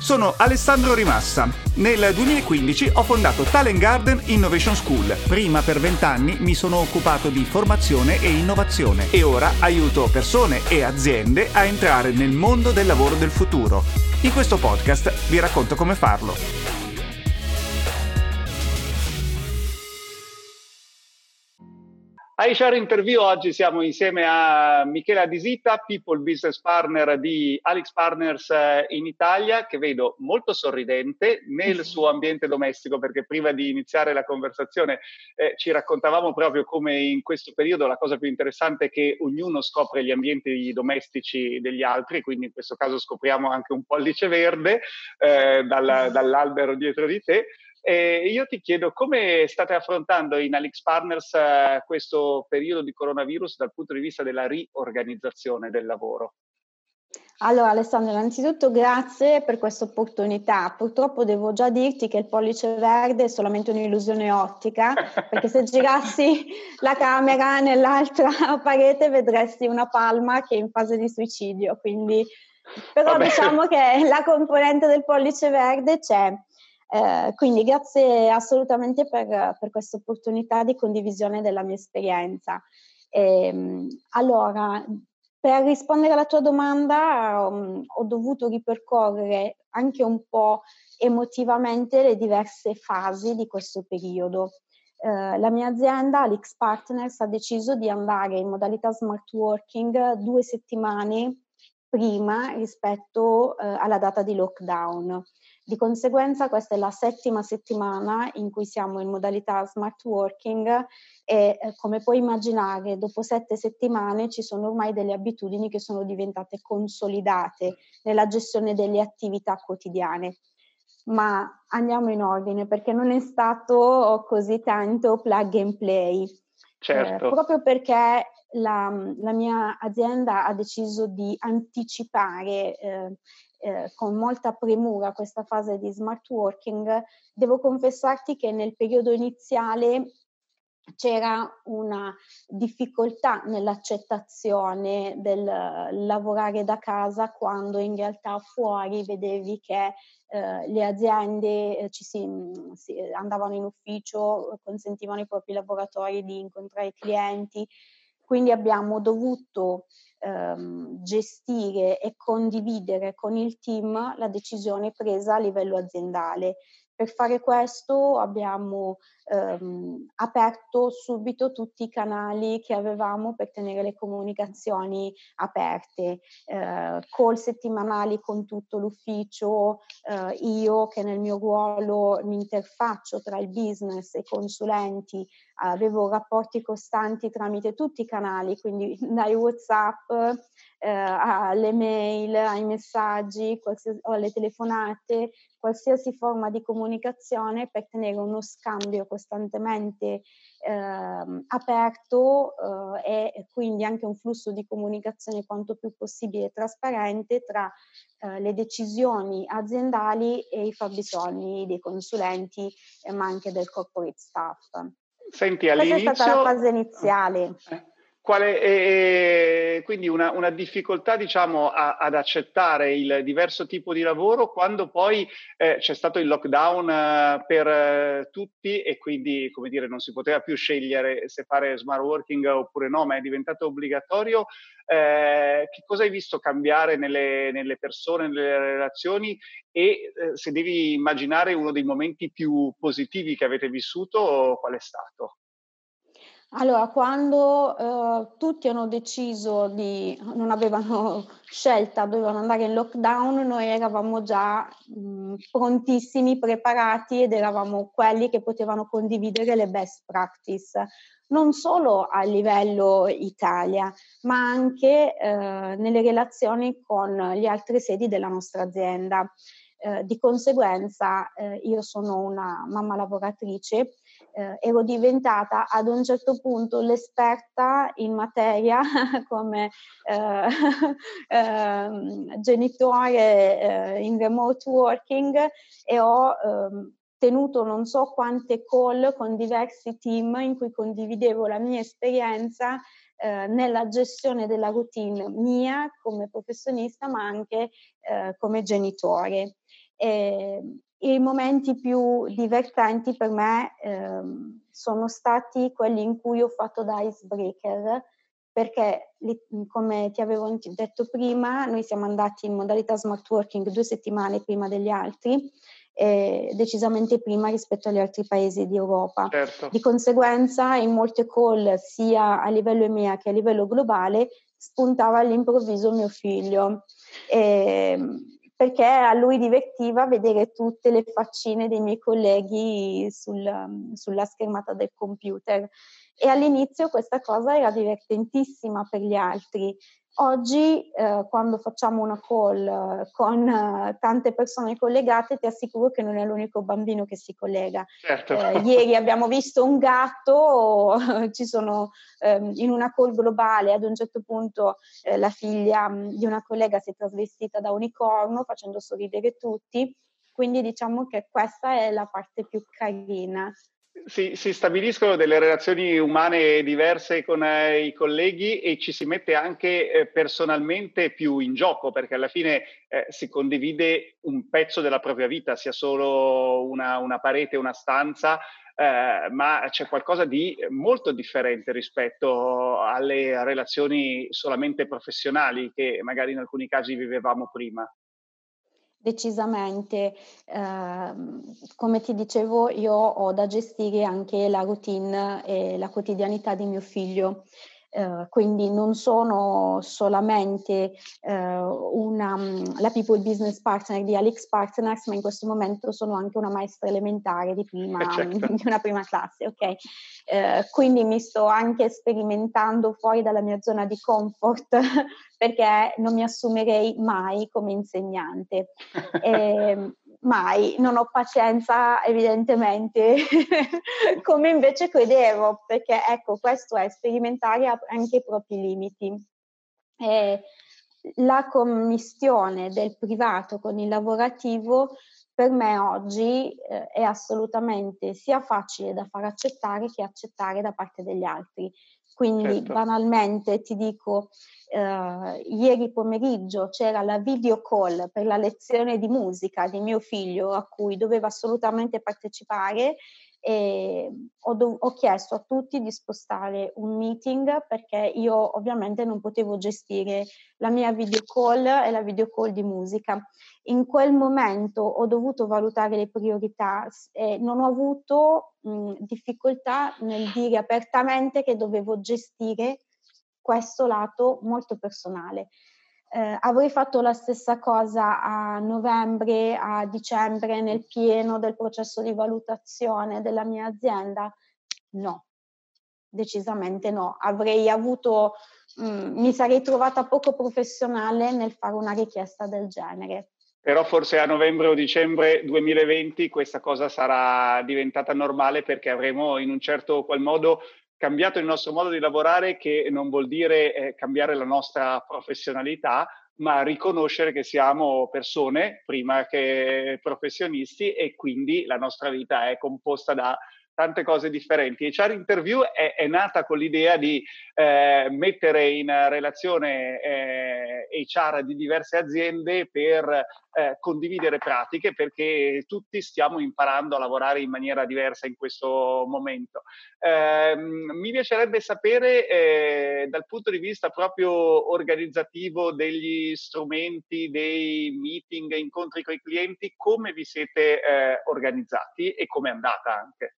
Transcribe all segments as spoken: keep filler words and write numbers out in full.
Sono Alessandro Rimassa. Nel duemilaquindici ho fondato Talent Garden Innovation School. Prima per vent'anni mi sono occupato di formazione e innovazione e ora aiuto persone e aziende a entrare nel mondo del lavoro del futuro. In questo podcast vi racconto come farlo. A H R Interview oggi siamo insieme a Michela Di Sita, People Business Partner di Alix Partners in Italia, che vedo molto sorridente nel suo ambiente domestico, perché prima di iniziare la conversazione eh, ci raccontavamo proprio come in questo periodo la cosa più interessante è che ognuno scopre gli ambienti domestici degli altri, quindi in questo caso scopriamo anche un pollice verde eh, dal, dall'albero dietro di te. E io ti chiedo come state affrontando in Alix Partners eh, questo periodo di coronavirus dal punto di vista della riorganizzazione del lavoro. Allora Alessandro, innanzitutto grazie per questa opportunità. Purtroppo devo già dirti che il pollice verde è solamente un'illusione ottica, perché se girassi la camera nell'altra parete vedresti una palma che è in fase di suicidio, quindi però Vabbè. Diciamo che la componente del pollice verde c'è. Eh, quindi grazie assolutamente per, per questa opportunità di condivisione della mia esperienza. Eh, allora, per rispondere alla tua domanda um, ho dovuto ripercorrere anche un po' emotivamente le diverse fasi di questo periodo. Eh, la mia azienda, Alix Partners, ha deciso di andare in modalità smart working due settimane prima rispetto eh, alla data di lockdown. Di conseguenza questa è la settima settimana in cui siamo in modalità smart working e eh, come puoi immaginare dopo sette settimane ci sono ormai delle abitudini che sono diventate consolidate nella gestione delle attività quotidiane. Ma andiamo in ordine perché non è stato così tanto plug and play. Certo. Eh, proprio perché la, la mia azienda ha deciso di anticipare eh, eh, con molta premura questa fase di smart working, devo confessarti che nel periodo iniziale c'era una difficoltà nell'accettazione del lavorare da casa quando in realtà fuori vedevi che eh, le aziende eh, ci si, si andavano in ufficio, consentivano ai propri lavoratori di incontrare i clienti, quindi abbiamo dovuto ehm, gestire e condividere con il team la decisione presa a livello aziendale. Per fare questo abbiamo ehm, aperto subito tutti i canali che avevamo per tenere le comunicazioni aperte, eh, call settimanali con tutto l'ufficio, eh, io che nel mio ruolo mi interfaccio tra il business e i consulenti, avevo rapporti costanti tramite tutti i canali, quindi dai WhatsApp eh, alle mail, ai messaggi, o alle telefonate, qualsiasi forma di comunicazione per tenere uno scambio costantemente eh, aperto eh, e quindi anche un flusso di comunicazione quanto più possibile trasparente tra eh, le decisioni aziendali e i fabbisogni dei consulenti eh, ma anche del corporate staff. Senti, Questa all'inizio... è stata la fase iniziale. Eh. Quale, eh, quindi una, una difficoltà diciamo a, ad accettare il diverso tipo di lavoro quando poi eh, c'è stato il lockdown eh, per eh, tutti e quindi come dire non si poteva più scegliere se fare smart working oppure no, ma è diventato obbligatorio. Eh, che cosa hai visto cambiare nelle, nelle persone, nelle relazioni e eh, se devi immaginare uno dei momenti più positivi che avete vissuto, qual è stato? Allora, quando eh, tutti hanno deciso di, non avevano scelta, dovevano andare in lockdown, noi eravamo già mh, prontissimi, preparati ed eravamo quelli che potevano condividere le best practice, non solo a livello Italia, ma anche eh, nelle relazioni con le altre sedi della nostra azienda. Eh, di conseguenza eh, io sono una mamma lavoratrice, eh, ero diventata ad un certo punto l'esperta in materia come eh, eh, genitore eh, in remote working e ho eh, tenuto non so quante call con diversi team in cui condividevo la mia esperienza eh, nella gestione della routine mia come professionista ma anche eh, come genitore. E i momenti più divertenti per me ehm, sono stati quelli in cui ho fatto da icebreaker, perché li, come ti avevo detto prima, noi siamo andati in modalità smart working due settimane prima degli altri, eh, decisamente prima rispetto agli altri paesi di Europa. Certo. Di conseguenza in molte call, sia a livello E M E A che a livello globale, spuntava all'improvviso mio figlio. E, perché a lui divertiva vedere tutte le faccine dei miei colleghi sul, sulla schermata del computer, e all'inizio questa cosa era divertentissima per gli altri. Oggi eh, quando facciamo una call eh, con eh, tante persone collegate, ti assicuro che non è l'unico bambino che si collega. Certo. Eh, ieri abbiamo visto un gatto, ci sono ehm, in una call globale, ad un certo punto eh, la figlia mh, di una collega si è trasvestita da unicorno facendo sorridere tutti, quindi diciamo che questa è la parte più carina. Si, si stabiliscono delle relazioni umane diverse con eh, i colleghi e ci si mette anche eh, personalmente più in gioco, perché alla fine eh, si condivide un pezzo della propria vita, sia solo una, una parete, una stanza, eh, ma c'è qualcosa di molto differente rispetto alle relazioni solamente professionali che magari in alcuni casi vivevamo prima. Decisamente, ehm, come ti dicevo, io ho da gestire anche la routine e la quotidianità di mio figlio, eh, quindi non sono solamente eh, una, la People Business Partner di AlixPartners, ma in questo momento sono anche una maestra elementare di, prima, Certo. di una prima classe, ok? Eh, quindi mi sto anche sperimentando fuori dalla mia zona di comfort perché non mi assumerei mai come insegnante. Eh, mai, non ho pazienza evidentemente come invece credevo, perché ecco, questo è sperimentare anche i propri limiti. Eh, la commistione del privato con il lavorativo per me oggi eh, è assolutamente sia facile da far accettare che accettare da parte degli altri. Quindi Certo. banalmente ti dico, eh, ieri pomeriggio c'era la video call per la lezione di musica di mio figlio a cui doveva assolutamente partecipare, e ho, dov- ho chiesto a tutti di spostare un meeting perché io ovviamente non potevo gestire la mia video call e la video call di musica. In quel momento ho dovuto valutare le priorità e non ho avuto mh, difficoltà nel dire apertamente che dovevo gestire questo lato molto personale. Eh, avrei fatto la stessa cosa a novembre, a dicembre, nel pieno del processo di valutazione della mia azienda? No, decisamente no. Avrei avuto, mh, mi sarei trovata poco professionale nel fare una richiesta del genere. Però forse a novembre o dicembre duemilaventi questa cosa sarà diventata normale perché avremo in un certo qual modo cambiato il nostro modo di lavorare, che non vuol dire eh, cambiare la nostra professionalità, ma riconoscere che siamo persone prima che professionisti e quindi la nostra vita è composta da tante cose differenti. H R Interview è, è nata con l'idea di eh, mettere in relazione eh, H R di diverse aziende per eh, condividere pratiche, perché tutti stiamo imparando a lavorare in maniera diversa in questo momento. Eh, mi piacerebbe sapere eh, dal punto di vista proprio organizzativo degli strumenti, dei meeting, incontri con i clienti, come vi siete eh, organizzati e come è andata anche.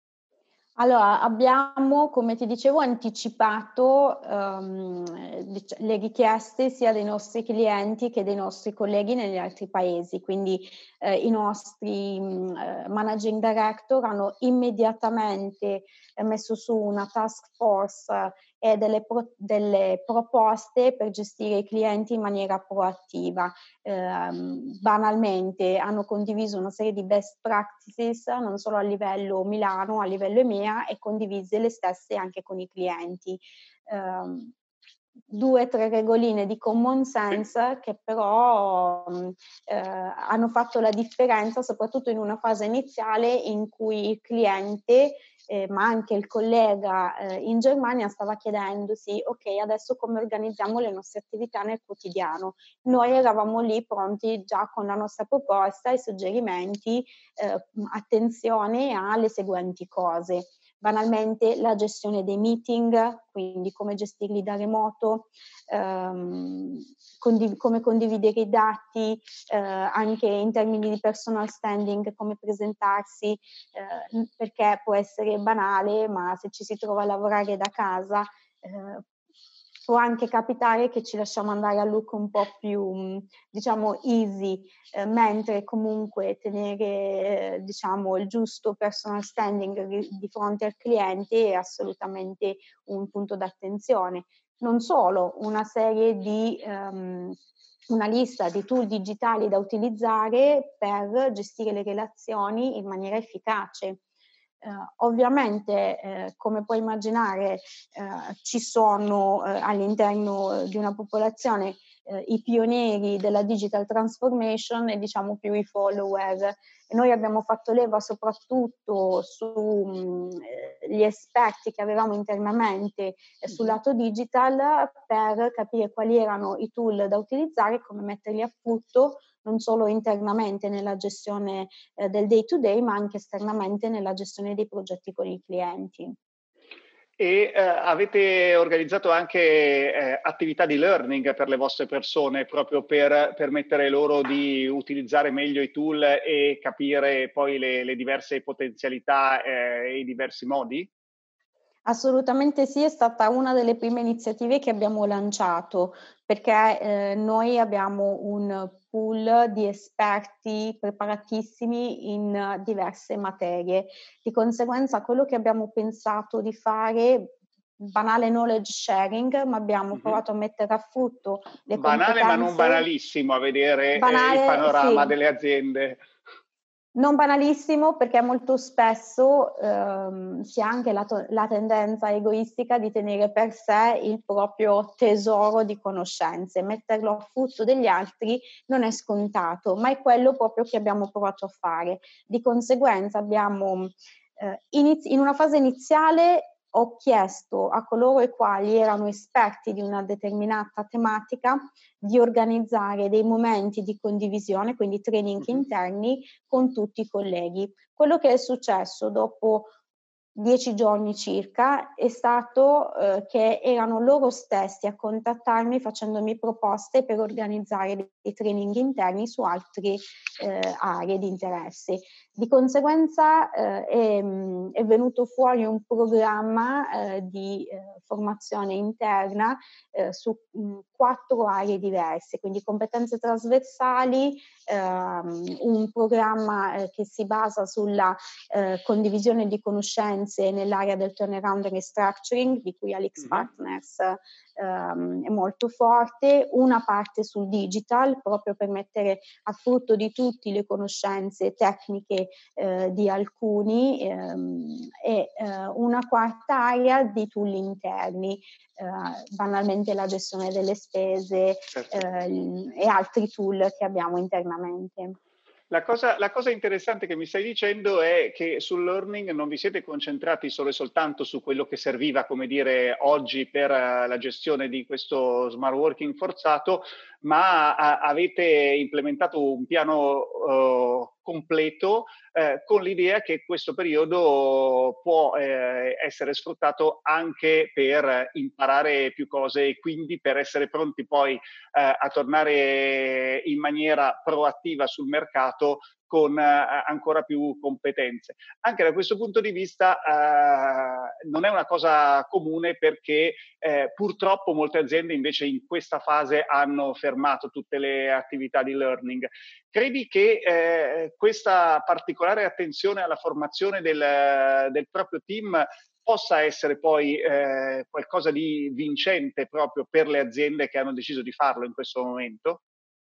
Allora, abbiamo, come ti dicevo, anticipato um, le richieste sia dei nostri clienti che dei nostri colleghi negli altri paesi, quindi eh, i nostri um, managing director hanno immediatamente eh, messo su una task force eh, e delle, pro- delle proposte per gestire i clienti in maniera proattiva. Eh, banalmente hanno condiviso una serie di best practices non solo a livello Milano, a livello E M E A, e condivise le stesse anche con i clienti. Eh, due o tre regoline di common sense che però eh, hanno fatto la differenza, soprattutto in una fase iniziale in cui il cliente, eh, ma anche il collega eh, in Germania stava chiedendosi: ok, adesso come organizziamo le nostre attività nel quotidiano? Noi eravamo lì pronti già con la nostra proposta e suggerimenti, eh, attenzione alle seguenti cose. Banalmente la gestione dei meeting, quindi come gestirli da remoto, ehm, condiv- come condividere i dati, eh, anche in termini di personal standing, come presentarsi, eh, perché può essere banale, ma se ci si trova a lavorare da casa, eh, può anche capitare che ci lasciamo andare a look un po' più, diciamo, easy, eh, mentre comunque tenere, eh, diciamo, il giusto personal standing di, di fronte al cliente è assolutamente un punto d'attenzione. Non solo, una serie di, um, una lista di tool digitali da utilizzare per gestire le relazioni in maniera efficace. Uh, ovviamente, eh, come puoi immaginare, eh, ci sono eh, all'interno di una popolazione eh, i pionieri della digital transformation e diciamo più i follower. E noi abbiamo fatto leva soprattutto sugli esperti che avevamo internamente eh, sul lato digital per capire quali erano i tool da utilizzare e come metterli a frutto non solo internamente nella gestione eh, del day to day, ma anche esternamente nella gestione dei progetti con i clienti. E eh, avete organizzato anche eh, attività di learning per le vostre persone, proprio per permettere loro di utilizzare meglio i tool e capire poi le, le diverse potenzialità eh, e i diversi modi? Assolutamente sì, è stata una delle prime iniziative che abbiamo lanciato, perché eh, noi abbiamo un pool di esperti preparatissimi in diverse materie. Di conseguenza quello che abbiamo pensato di fare, banale knowledge sharing, ma abbiamo Mm-hmm. provato a mettere a frutto le Banale competenze. ma non banalissimo a vedere eh, il Banale, panorama sì. delle aziende. Non banalissimo, perché molto spesso ehm, si ha anche la, to- la tendenza egoistica di tenere per sé il proprio tesoro di conoscenze. Metterlo a frutto degli altri non è scontato, ma è quello proprio che abbiamo provato a fare. Di conseguenza abbiamo, eh, inizi- in una fase iniziale, ho chiesto a coloro i quali erano esperti di una determinata tematica di organizzare dei momenti di condivisione, quindi training uh-huh. interni, con tutti i colleghi. Quello che è successo dopo dieci giorni circa è stato eh, che erano loro stessi a contattarmi facendomi proposte per organizzare dei training interni su altre eh, aree di interesse. Di conseguenza eh, è, è venuto fuori un programma eh, di eh, formazione interna eh, su mh, quattro aree diverse, quindi competenze trasversali, ehm, un programma eh, che si basa sulla eh, condivisione di conoscenze nell'area del turnaround e restructuring, di cui AlixPartners ehm, è molto forte, una parte sul digital, proprio per mettere a frutto di tutti le conoscenze tecniche eh, di alcuni, ehm, e eh, una quarta area di tool interni, eh, banalmente la gestione delle spese certo. eh, e altri tool che abbiamo internamente. La cosa, la cosa interessante che mi stai dicendo è che sul learning non vi siete concentrati solo e soltanto su quello che serviva, come dire, oggi per uh, la gestione di questo smart working forzato, ma a, avete implementato un piano uh, completo eh, con l'idea che questo periodo può eh, essere sfruttato anche per imparare più cose e quindi per essere pronti poi eh, a tornare in maniera proattiva sul mercato con eh, ancora più competenze. Anche da questo punto di vista eh, non è una cosa comune, perché eh, purtroppo molte aziende invece in questa fase hanno fermato tutte le attività di learning. Credi che eh, questa particolare attenzione alla formazione del, del proprio team possa essere poi eh, qualcosa di vincente proprio per le aziende che hanno deciso di farlo in questo momento?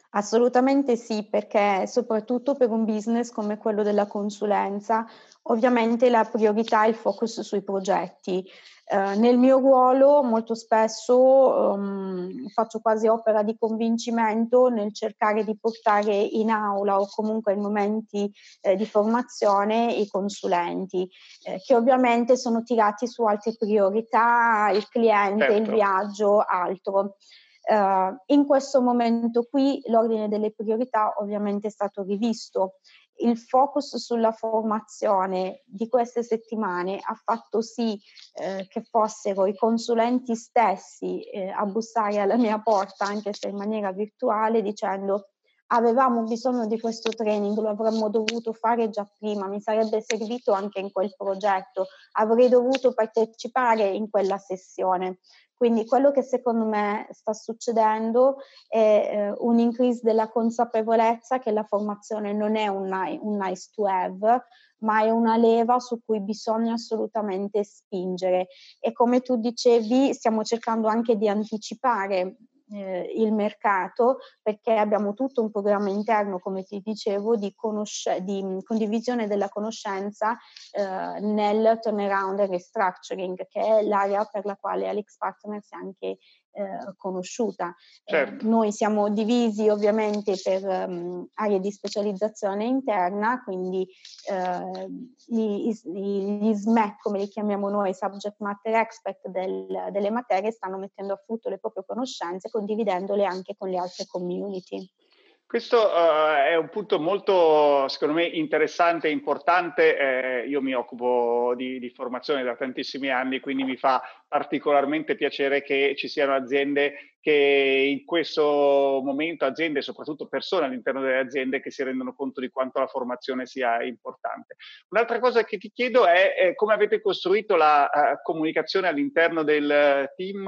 Assolutamente sì, perché soprattutto per un business come quello della consulenza, ovviamente la priorità è il focus sui progetti. Eh, nel mio ruolo molto spesso um, faccio quasi opera di convincimento nel cercare di portare in aula o comunque in momenti eh, di formazione i consulenti, eh, che ovviamente sono tirati su altre priorità, il cliente, il Certo. viaggio, altro. Uh, in questo momento qui l'ordine delle priorità ovviamente è stato rivisto. Il focus sulla formazione di queste settimane ha fatto sì eh, che fossero i consulenti stessi eh, a bussare alla mia porta, anche se in maniera virtuale, dicendo: avevamo bisogno di questo training, lo avremmo dovuto fare già prima, mi sarebbe servito anche in quel progetto, avrei dovuto partecipare in quella sessione. Quindi quello che secondo me sta succedendo è eh, un increase della consapevolezza che la formazione non è un, un nice to have, ma è una leva su cui bisogna assolutamente spingere. E come tu dicevi, stiamo cercando anche di anticipare eh, il mercato, perché abbiamo tutto un programma interno, come ti dicevo, di, conosce- di condivisione della conoscenza eh, nel turnaround e restructuring, che è l'area per la quale AlixPartners è anche eh, conosciuta. Certo. Eh, noi siamo divisi ovviamente per um, aree di specializzazione interna, quindi eh, gli, gli S M E, come li chiamiamo noi, subject matter expert del, delle materie, stanno mettendo a frutto le proprie conoscenze, condividendole anche con le altre community. Questo uh, è un punto molto, secondo me, interessante e importante. Eh, io mi occupo di, di formazione da tantissimi anni, quindi mi fa particolarmente piacere che ci siano aziende che in questo momento, aziende e soprattutto persone all'interno delle aziende, che si rendono conto di quanto la formazione sia importante. Un'altra cosa che ti chiedo è, è come avete costruito la uh, comunicazione all'interno del team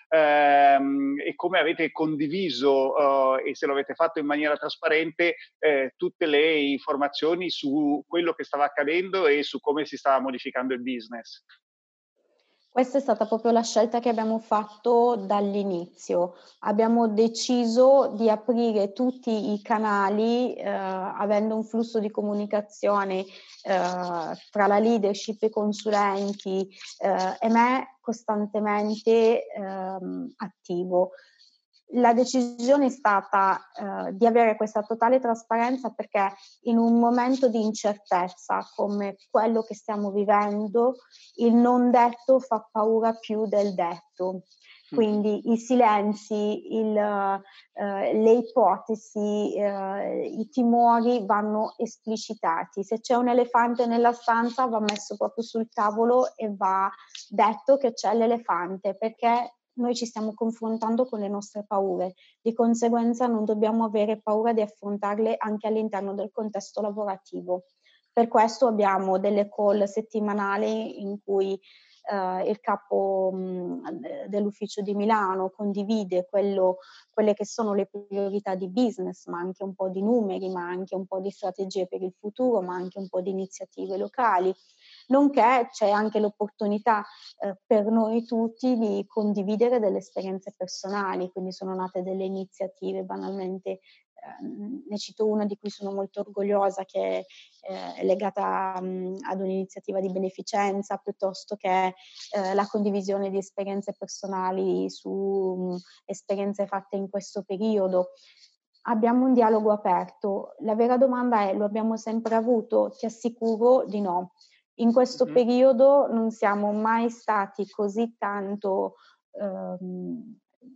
ehm, e come avete condiviso uh, e se lo avete fatto in maniera trasparente eh, tutte le informazioni su quello che stava accadendo e su come si stava modificando il business. Questa è stata proprio la scelta che abbiamo fatto dall'inizio. Abbiamo deciso di aprire tutti i canali, eh, avendo un flusso di comunicazione eh, tra la leadership, i consulenti eh, e me costantemente eh, attivo. La decisione è stata eh, di avere questa totale trasparenza, perché in un momento di incertezza come quello che stiamo vivendo, il non detto fa paura più del detto. Quindi i silenzi, il, eh, le ipotesi, eh, i timori vanno esplicitati. Se c'è un elefante nella stanza, va messo proprio sul tavolo e va detto che c'è l'elefante, perché noi ci stiamo confrontando con le nostre paure. Di conseguenza non dobbiamo avere paura di affrontarle anche all'interno del contesto lavorativo. Per questo abbiamo delle call settimanali in cui eh, il capo mh, dell'ufficio di Milano condivide quello, quelle che sono le priorità di business, ma anche un po' di numeri, ma anche un po' di strategie per il futuro, ma anche un po' di iniziative locali. Nonché c'è anche l'opportunità eh, per noi tutti di condividere delle esperienze personali, quindi sono nate delle iniziative banalmente. Eh, ne cito una di cui sono molto orgogliosa, che eh, è legata mh, ad un'iniziativa di beneficenza, piuttosto che eh, la condivisione di esperienze personali su mh, esperienze fatte in questo periodo. Abbiamo un dialogo aperto. La vera domanda è: lo abbiamo sempre avuto? Ti assicuro di no. In questo mm-hmm. periodo non siamo mai stati così tanto ehm,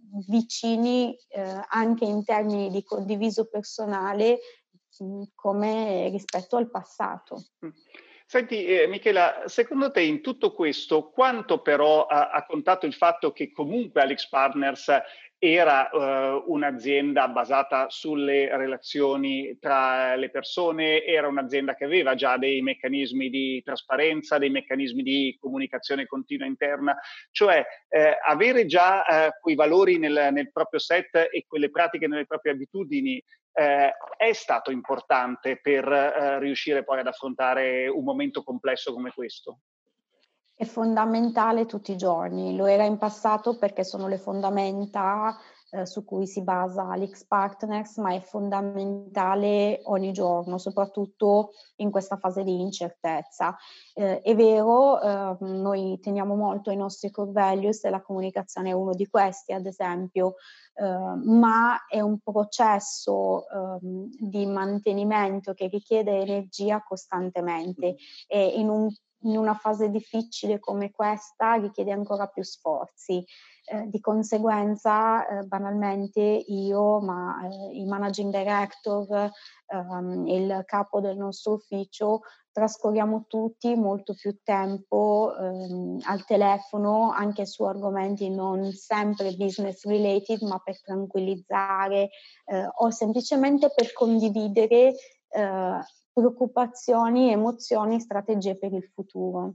vicini eh, anche in termini di condiviso personale mh, come rispetto al passato. Senti eh, Michela, secondo te in tutto questo quanto però ha, ha contato il fatto che comunque AlixPartners era uh, un'azienda basata sulle relazioni tra le persone, era un'azienda che aveva già dei meccanismi di trasparenza, dei meccanismi di comunicazione continua interna, cioè eh, avere già eh, quei valori nel, nel proprio set e quelle pratiche nelle proprie abitudini eh, è stato importante per eh, riuscire poi ad affrontare un momento complesso come questo? È fondamentale tutti i giorni, lo era in passato perché sono le fondamenta eh, su cui si basa AlixPartners, ma è fondamentale ogni giorno, soprattutto in questa fase di incertezza. Eh, è vero, eh, noi teniamo molto ai nostri core values e la comunicazione è uno di questi, ad esempio, eh, ma è un processo eh, di mantenimento che richiede energia costantemente e in, un, in una fase difficile come questa richiede ancora più sforzi. Eh, di conseguenza, eh, banalmente io, ma eh, i managing director, ehm, il capo del nostro ufficio, trascorriamo tutti molto più tempo ehm, al telefono, anche su argomenti non sempre business related, ma per tranquillizzare eh, o semplicemente per condividere eh, preoccupazioni, emozioni, strategie per il futuro.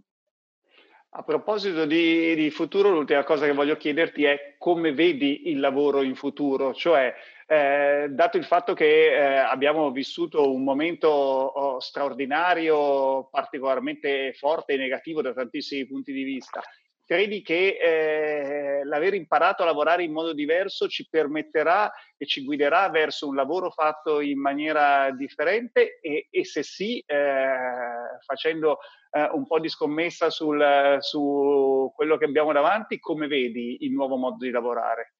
A proposito di, di futuro, l'ultima cosa che voglio chiederti è come vedi il lavoro in futuro, cioè eh, dato il fatto che eh, abbiamo vissuto un momento oh, straordinario, particolarmente forte e negativo da tantissimi punti di vista, credi che eh, l'aver imparato a lavorare in modo diverso ci permetterà e ci guiderà verso un lavoro fatto in maniera differente e, e se sì, eh, facendo eh, un po' di scommessa sul, su quello che abbiamo davanti, come vedi il nuovo modo di lavorare?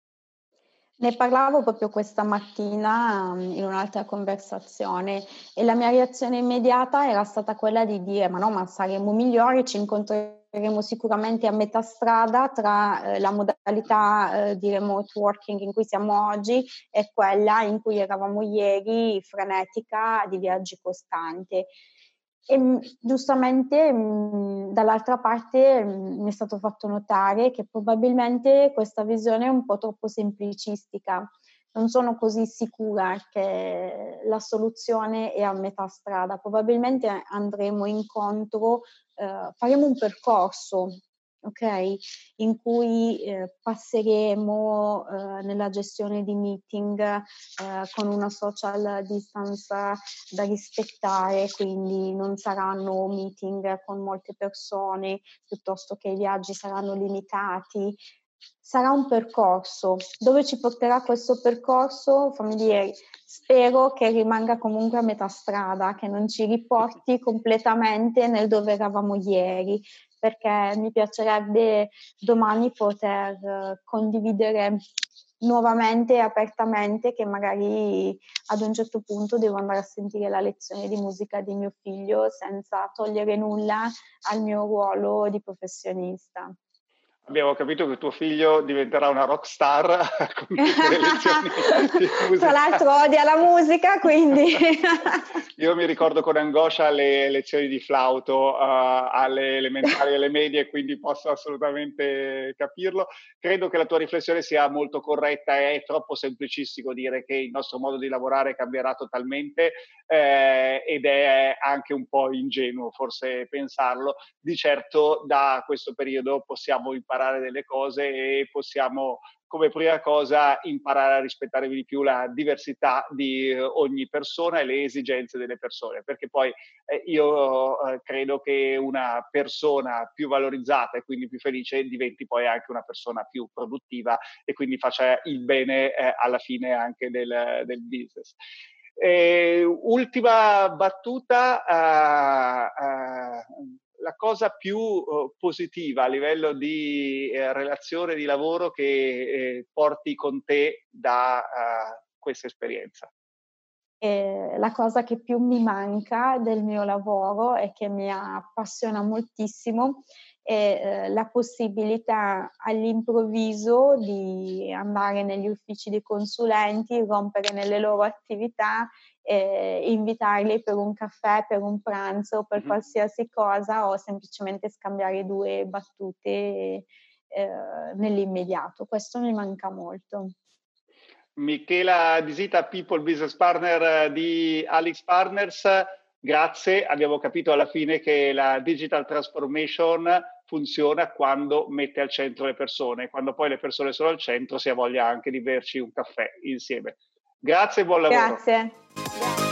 Ne parlavo proprio questa mattina um, in un'altra conversazione e la mia reazione immediata era stata quella di dire ma no, ma saremo migliori, ci incontreremo sicuramente a metà strada tra eh, la modalità eh, di remote working in cui siamo oggi e quella in cui eravamo ieri, frenetica, di viaggi costante. E mh, giustamente mh, dall'altra parte mh, mi è stato fatto notare che probabilmente questa visione è un po' troppo semplicistica. Non sono così sicura che la soluzione è a metà strada. Probabilmente andremo incontro, eh, faremo un percorso, ok? In cui eh, passeremo eh, nella gestione di meeting eh, con una social distance da rispettare, quindi non saranno meeting con molte persone, piuttosto che i viaggi saranno limitati. Sarà un percorso. Dove ci porterà questo percorso? Fammi dire, spero che rimanga comunque a metà strada, che non ci riporti completamente nel dove eravamo ieri, perché mi piacerebbe domani poter eh, condividere nuovamente e apertamente che magari ad un certo punto devo andare a sentire la lezione di musica di mio figlio senza togliere nulla al mio ruolo di professionista. Abbiamo capito che tuo figlio diventerà una rock star con tutte le lezioni di musica. Tra l'altro odia la musica, quindi... Io mi ricordo con angoscia le lezioni di flauto uh, alle elementari e alle medie, quindi posso assolutamente capirlo. Credo che la tua riflessione sia molto corretta, è troppo semplicistico dire che il nostro modo di lavorare cambierà totalmente eh, ed è anche un po' ingenuo forse pensarlo. Di certo da questo periodo possiamo imparare delle cose e possiamo come prima cosa imparare a rispettare di più la diversità di ogni persona e le esigenze delle persone, perché poi eh, io eh, credo che una persona più valorizzata e quindi più felice diventi poi anche una persona più produttiva e quindi faccia il bene eh, alla fine anche del, del business. Eh, ultima battuta, uh, uh, la cosa più uh, positiva a livello di eh, relazione di lavoro che eh, porti con te da uh, questa esperienza? E la cosa che più mi manca del mio lavoro e che mi appassiona moltissimo è eh, la possibilità all'improvviso di andare negli uffici dei consulenti, rompere nelle loro attività e invitarli per un caffè, per un pranzo, per Mm-hmm. qualsiasi cosa o semplicemente scambiare due battute eh, nell'immediato. Questo mi manca molto. Michela Disita, People Business Partner di AlixPartners, grazie. Abbiamo capito alla fine che la digital transformation funziona quando mette al centro le persone. Quando poi le persone sono al centro si ha voglia anche di berci un caffè insieme. Grazie e buon lavoro. Grazie.